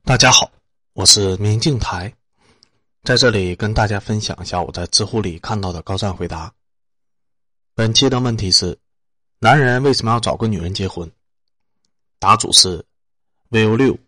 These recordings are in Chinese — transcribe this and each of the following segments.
大家好，我是明镜台，在这里跟大家分享一下我在知乎里看到的高赞回答。本期的问题是：男人为什么要找个女人结婚？答主是 VO6。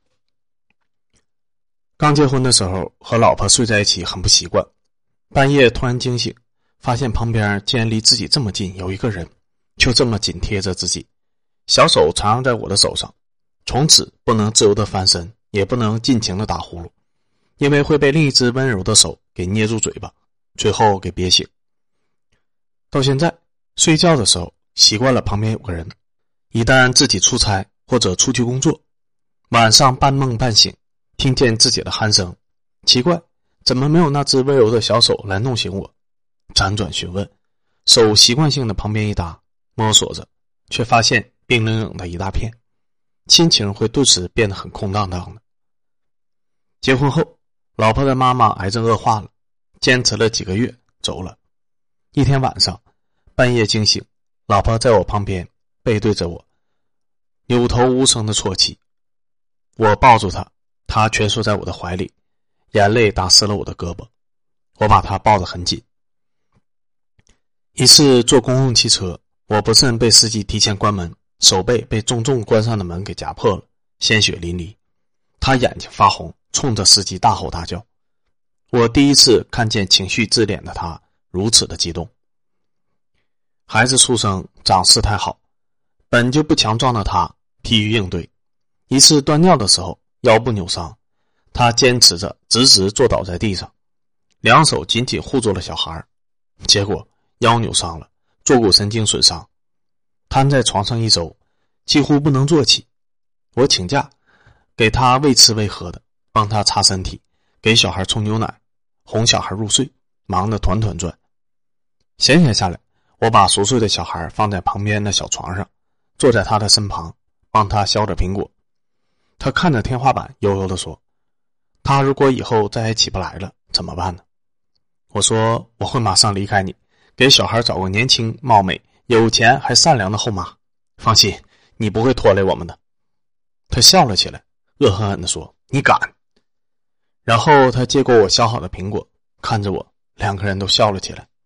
刚结婚的时候和老婆睡在一起很不习惯，半夜突然惊醒，发现旁边竟然离自己这么近有一个人，就这么紧贴着自己，小手缠绕在我的手上，从此不能自由的翻身，也不能尽情的打呼噜，因为会被另一只温柔的手给捏住嘴巴，最后给憋醒。到现在睡觉的时候习惯了旁边有个人，一旦自己出差或者出去工作，晚上半梦半醒，听见自己的鼾声，奇怪怎么没有那只温柔的小手来弄醒我，辗转询问，手习惯性的旁边一搭，摸索着，却发现冰冷冷的一大片，心情会顿时变得很空荡荡的。结婚后，老婆的妈妈癌症恶化了，坚持了几个月走了。一天晚上半夜惊醒，老婆在我旁边背对着我，扭头无声的啜泣。我抱住她，她蜷缩在我的怀里，眼泪打湿了我的胳膊，我把她抱得很紧。一次坐公共汽车，我不慎被司机提前关门，手背被重重关上的门给夹破了，鲜血淋漓。他眼睛发红，冲着司机大吼大叫。我第一次看见情绪自怜的他如此的激动。孩子出生长势太好，本就不强壮的他疲于应对。一次断尿的时候腰部扭伤，他坚持着直直坐倒在地上，两手紧紧护住了小孩，结果腰扭伤了，坐骨神经损伤，瘫在床上一周，几乎不能坐起。我请假给他喂吃喂喝的，帮他擦身体，给小孩冲牛奶，哄小孩入睡，忙得团团转。闲闲下来，我把熟睡的小孩放在旁边的小床上，坐在他的身旁，帮他削着苹果。他看着天花板悠悠地说，他如果以后再也起不来了怎么办呢？我说我会马上离开你，给小孩找个年轻貌美有钱还善良的后妈，放心，你不会拖累我们的。他笑了起来，恶狠狠地说，你敢？然后他接过我削好的苹果，看着我，两个人都笑了起来。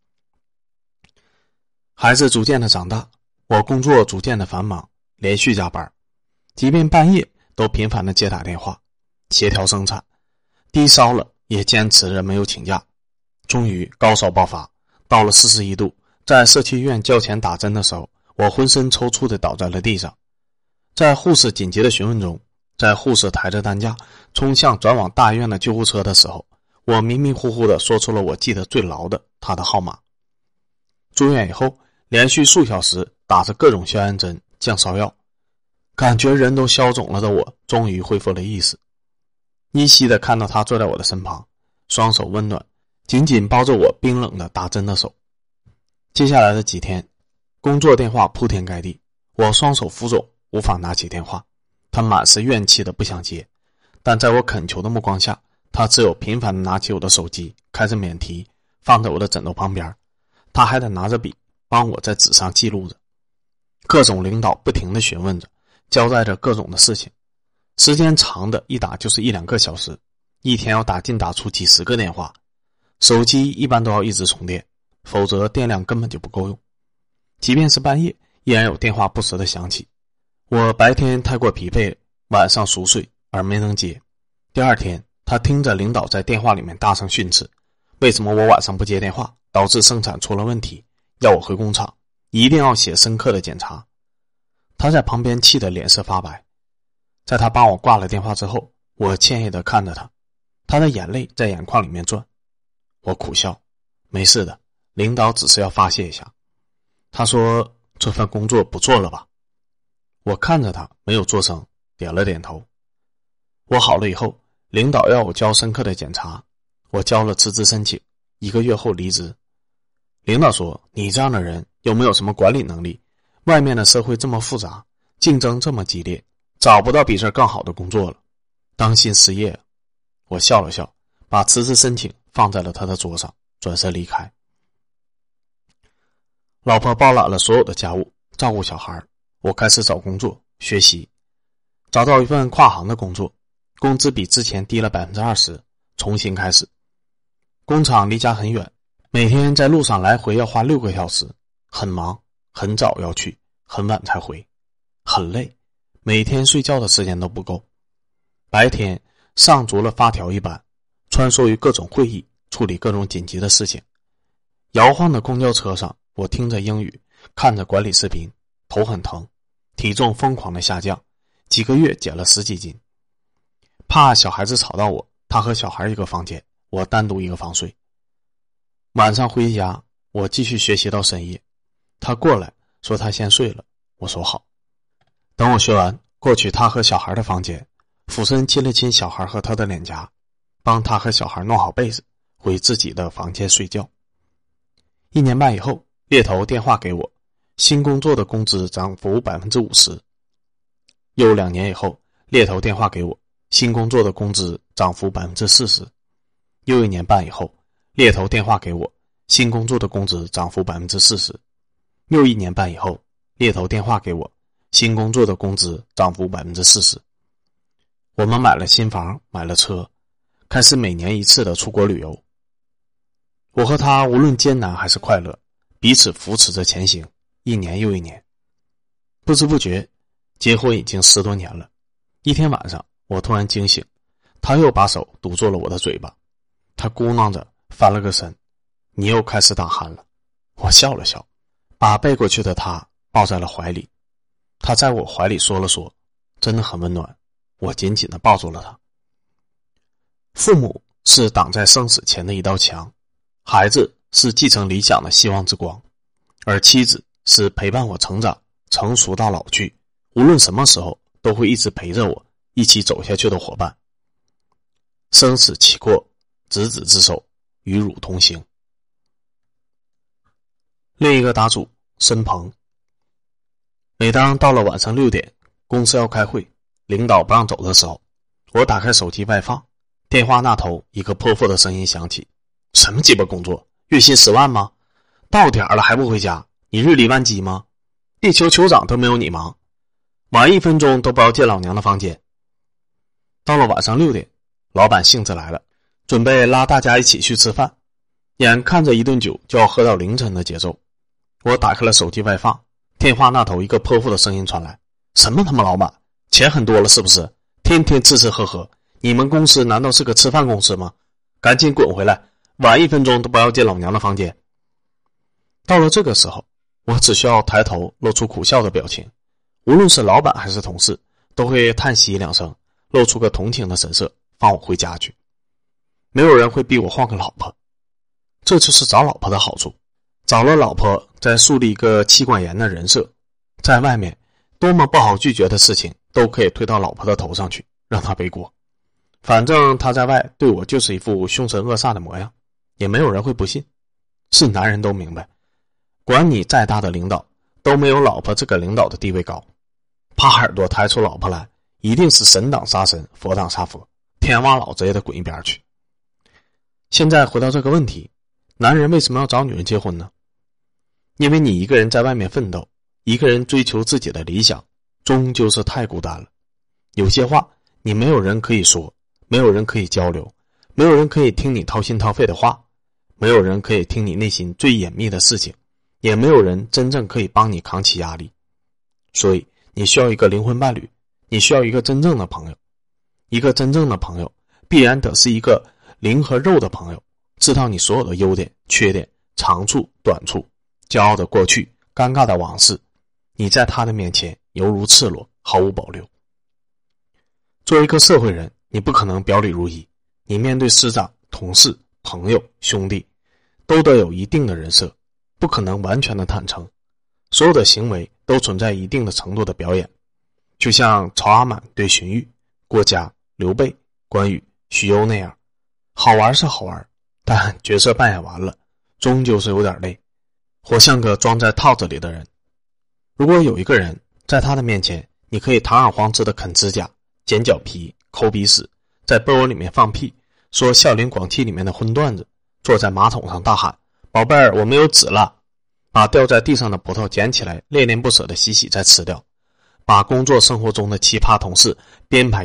孩子逐渐的长大，我工作逐渐的繁忙，连续加班，即便半夜都频繁的接打电话，协调生产，低烧了也坚持着没有请假。终于高烧爆发，到了41度，在社区医院交钱打针的时候，我浑身抽搐的倒在了地上。在护士紧急的询问中，在护士抬着担架冲向转往大医院的救护车的时候，我迷迷糊糊地说出了我记得最牢的他的号码。住院以后，连续数小时打着各种消炎针、降烧药，感觉人都消肿了的我终于恢复了意识，依稀地看到他坐在我的身旁，双手温暖，紧紧包着我冰冷的打针的手。接下来的几天，工作电话铺天盖地，我双手浮肿，无法拿起电话，他满是怨气的不想接，但在我恳求的目光下，他只有频繁的拿起我的手机，开着免提，放在我的枕头旁边，他还得拿着笔帮我在纸上记录着。各种领导不停的询问着，交代着各种的事情，时间长的一打就是1-2个小时，一天要打进打出几十个电话，手机一般都要一直充电，否则电量根本就不够用。即便是半夜，依然有电话不时的响起。我白天太过疲惫，晚上熟睡而没能接。第二天，他听着领导在电话里面大声训斥，为什么我晚上不接电话，导致生产出了问题，要我回工厂，一定要写深刻的检查。他在旁边气得脸色发白。在他帮我挂了电话之后，我歉意地看着他，他的眼泪在眼眶里面转。我苦笑，没事的，领导只是要发泄一下。他说，这份工作不做了吧？我看着他没有作声，点了点头。我好了以后，领导要我交深刻的检查，我交了辞职申请，1个月后离职。领导说，你这样的人有没有什么管理能力？外面的社会这么复杂，竞争这么激烈，找不到比这更好的工作了，当心失业。我笑了笑，把辞职申请放在了他的桌上，转身离开。老婆包揽了所有的家务，照顾小孩，我开始找工作学习，找到一份跨行的工作， 工资比之前低了 20%， 重新开始。工厂离家很远，每天在路上来回要花6个小时，很忙，很早要去，很晚才回，很累，每天睡觉的时间都不够。白天上足了发条一般，穿梭于各种会议，处理各种紧急的事情。摇晃的公交车上，我听着英语，看着管理视频，头很疼，体重疯狂的下降，几个月减了10几斤。怕小孩子吵到我，他和小孩一个房间，我单独一个房睡。晚上回家，我继续学习到深夜。他过来说他先睡了，我说好。等我学完，过去他和小孩的房间，俯身亲了亲小孩和他的脸颊，帮他和小孩弄好被子，回自己的房间睡觉。1年半以后，猎头电话给我，新工作的工资涨幅 50%。 又2年以后，猎头电话给我，新工作的工资涨幅 40%。 又1年半以后，猎头电话给我，新工作的工资涨幅 40%。 又1年半以后，猎头电话给我，新工作的工资涨幅 40%。 我们买了新房，买了车，开始每年一次的出国旅游。我和他无论艰难还是快乐，彼此扶持着前行，1年又1年。不知不觉结婚已经10多年了。一天晚上，我突然惊醒，他又把手堵住了我的嘴巴，他咕囔着翻了个身，你又开始打鼾了。我笑了笑，把背过去的他抱在了怀里。他在我怀里说了说，真的很温暖，我紧紧地抱住了他。父母是挡在生死前的一道墙，孩子是继承理想的希望之光，而妻子是陪伴我成长，成熟到老去，无论什么时候都会一直陪着我，一起走下去的伙伴。生死契阔，执子之手，与汝同行。另一个答主申鹏，每当到了晚上6点，公司要开会，领导不让走的时候，我打开手机外放，电话那头一个泼妇的声音响起，什么鸡巴工作，月薪10万吗？到点了还不回家，你日理万机吗？地球酋长都没有你忙，晚1分钟都不要进老娘的房间。到了晚上6点，老板兴致来了，准备拉大家一起去吃饭，眼看着一顿酒就要喝到凌晨的节奏。我打开了手机外放，电话那头一个泼妇的声音传来，什么他妈老板，钱很多了是不是？天天吃吃喝喝，你们公司难道是个吃饭公司吗？赶紧滚回来，晚1分钟都不要进老娘的房间。到了这个时候，我只需要抬头露出苦笑的表情，无论是老板还是同事，都会叹息2声，露出个同情的神色，放我回家去。没有人会逼我换个老婆，这就是找老婆的好处。找了老婆，再树立一个妻管严的人设，在外面多么不好拒绝的事情都可以推到老婆的头上去，让她背锅。反正她在外对我就是一副凶神恶煞的模样，也没有人会不信。是男人都明白，管你再大的领导都没有老婆这个领导的地位高。趴耳朵抬出老婆来，一定是神挡杀神，佛挡杀佛，天王老子也得滚一边去。现在回到这个问题，男人为什么要找女人结婚呢？因为你一个人在外面奋斗，一个人追求自己的理想，终究是太孤单了。有些话你没有人可以说，没有人可以交流，没有人可以听你掏心掏肺的话，没有人可以听你内心最隐秘的事情，也没有人真正可以帮你扛起压力。所以你需要一个灵魂伴侣，你需要一个真正的朋友。一个真正的朋友必然得是一个灵和肉的朋友，知道你所有的优点、缺点、长处、短处，骄傲的过去，尴尬的往事，你在他的面前犹如赤裸，毫无保留。作为一个社会人，你不可能表里如一，你面对师长、同事、朋友、兄弟，都得有一定的人设，不可能完全的坦诚，所有的行为都存在一定的程度的表演。就像曹阿满对荀彧、郭嘉、刘备、关羽、许攸那样，好玩是好玩，但角色扮演完了，终究是有点累，活像个装在套子里的人。如果有一个人在他的面前，你可以堂而皇之的啃指甲、剪脚皮、抠鼻屎，在被窝里面放屁，说笑林广气里面的荤段子，坐在马桶上大喊宝贝儿我没有纸了，把掉在地上的葡萄捡起来恋恋不舍的洗洗再吃掉，把工作生活中的奇葩同事编排一顿，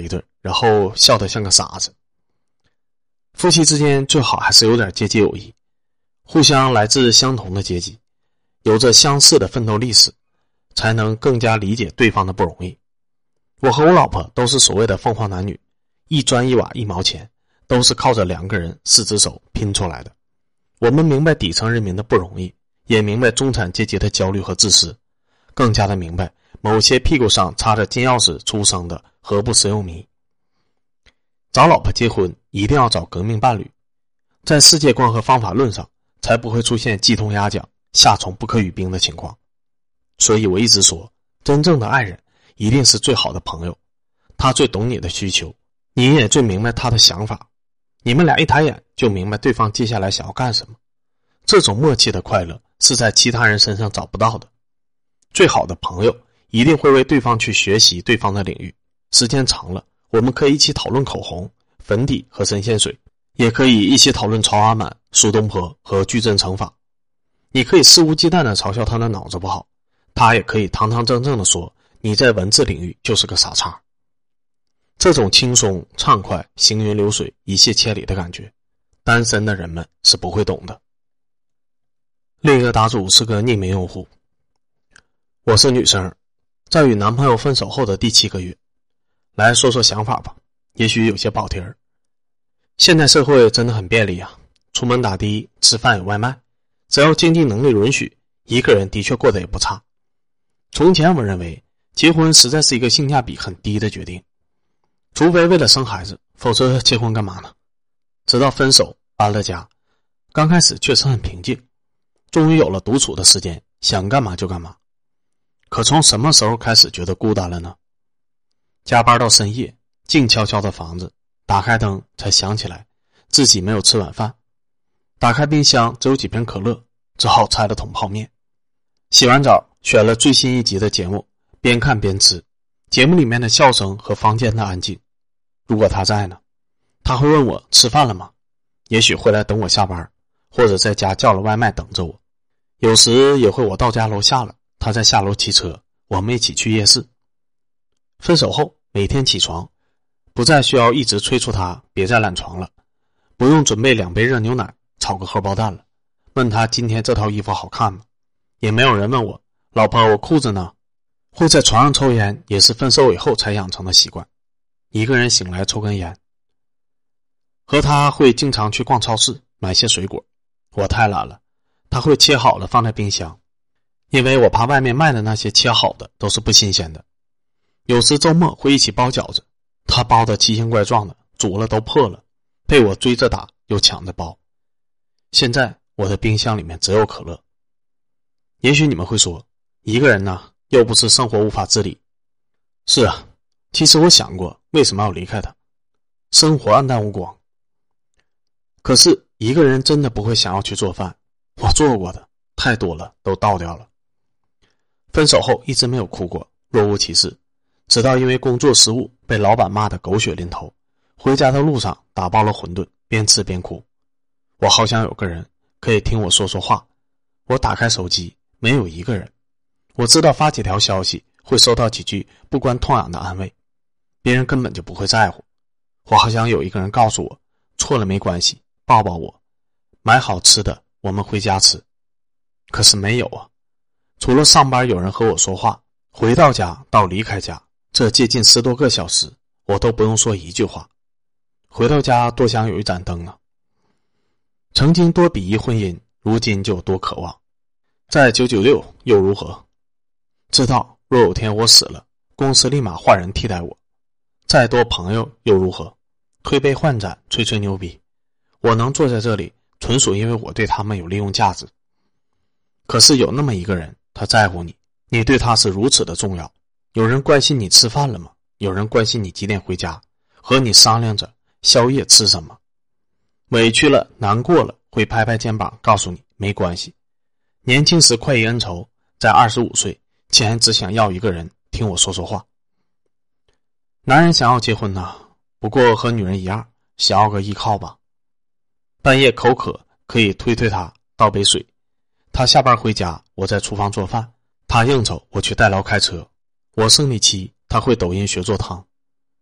然后笑得像个傻子。夫妻之间最好还是有点阶级友谊，互相来自相同的阶级，有着相似的奋斗历史，才能更加理解对方的不容易。我和我老婆都是所谓的凤凰男女，一砖一瓦一毛钱都是靠着2个人4只手拼出来的。我们明白底层人民的不容易，也明白中产阶级的焦虑和自私，更加的明白某些屁股上插着金钥匙出生的何不食肉糜。找老婆结婚一定要找革命伴侣，在世界观和方法论上才不会出现鸡同鸭讲、夏虫不可语冰的情况。所以我一直说，真正的爱人一定是最好的朋友，他最懂你的需求，你也最明白他的想法，你们俩一抬眼就明白对方接下来想要干什么。这种默契的快乐是在其他人身上找不到的。最好的朋友一定会为对方去学习对方的领域，时间长了，我们可以一起讨论口红、粉底和神仙水，也可以一起讨论曹阿满、苏东坡和矩阵乘法。你可以肆无忌惮地嘲笑他的脑子不好，他也可以堂堂正正地说你在文字领域就是个傻叉。这种轻松畅快、行云流水、一泻千里的感觉，单身的人们是不会懂的。另一个答主是个匿名用户，我是女生，在与男朋友分手后的第7个月，来说说想法吧，也许有些跑题儿。现代社会真的很便利啊，出门打的，吃饭有外卖，只要经济能力允许，一个人的确过得也不差。从前我认为结婚实在是一个性价比很低的决定，除非为了生孩子，否则结婚干嘛呢？直到分手搬了家，刚开始确实很平静，终于有了独处的时间，想干嘛就干嘛。可从什么时候开始觉得孤单了呢？加班到深夜，静悄悄的房子，打开灯才想起来自己没有吃晚饭，打开冰箱只有几瓶可乐，只好拆了桶泡面。洗完澡选了最新一集的节目，边看边吃，节目里面的笑声和房间的安静。如果他在呢，他会问我吃饭了吗？也许会来等我下班，或者在家叫了外卖等着我。有时也会我到家楼下了，他在下楼骑车，我们一起去夜市。分手后每天起床，不再需要一直催促他别再懒床了，不用准备2杯热牛奶炒个荷包蛋了，问他今天这套衣服好看吗？也没有人问我老婆我裤子呢。会在床上抽烟也是分手以后才养成的习惯，一个人醒来抽根烟。和他会经常去逛超市买些水果，我太懒了，他会切好了放在冰箱，因为我怕外面卖的那些切好的都是不新鲜的。有时周末会一起包饺子，他包的奇形怪状的，煮了都破了，被我追着打又抢着包。现在我的冰箱里面只有可乐。也许你们会说，一个人呢，又不是生活无法自理。是啊，其实我想过为什么要离开他，生活黯淡无光。可是一个人真的不会想要去做饭，我做过的太多了，都倒掉了。分手后一直没有哭过，若无其事，直到因为工作失误被老板骂得狗血淋头，回家的路上打包了馄饨，边吃边哭。我好想有个人可以听我说说话。我打开手机，没有一个人。我知道发几条消息会收到几句不关痛痒的安慰，别人根本就不会在乎。我好想有一个人告诉我，错了没关系，抱抱我，买好吃的我们回家吃。可是没有啊，除了上班有人和我说话，回到家到离开家，这接近10多个小时，我都不用说一句话。回到家多想有一盏灯啊。曾经多鄙夷婚姻，如今就有多渴望。在996又如何？知道若有天我死了，公司立马换人替代我。再多朋友又如何？推杯换盏，吹吹牛逼。我能坐在这里，纯属因为我对他们有利用价值。可是有那么一个人，他在乎你，你对他是如此的重要。有人关心你吃饭了吗？有人关心你几点回家，和你商量着宵夜吃什么。委屈了，难过了，会拍拍肩膀告诉你没关系。年轻时快意恩仇，在25岁前只想要一个人听我说说话。男人想要结婚呢，不过和女人一样，想要个依靠吧。半夜口渴，可以推推他，倒杯水。他下班回家，我在厨房做饭。他应酬，我去代劳开车。我生理期，他会抖音学做汤。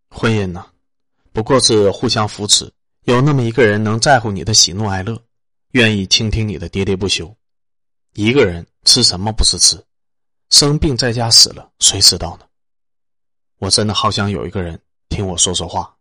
婚姻呢，不过是互相扶持，有那么一个人能在乎你的喜怒哀乐，愿意倾听你的喋喋不休。一个人吃什么不是吃，生病在家死了谁知道呢？我真的好想有一个人听我说说话。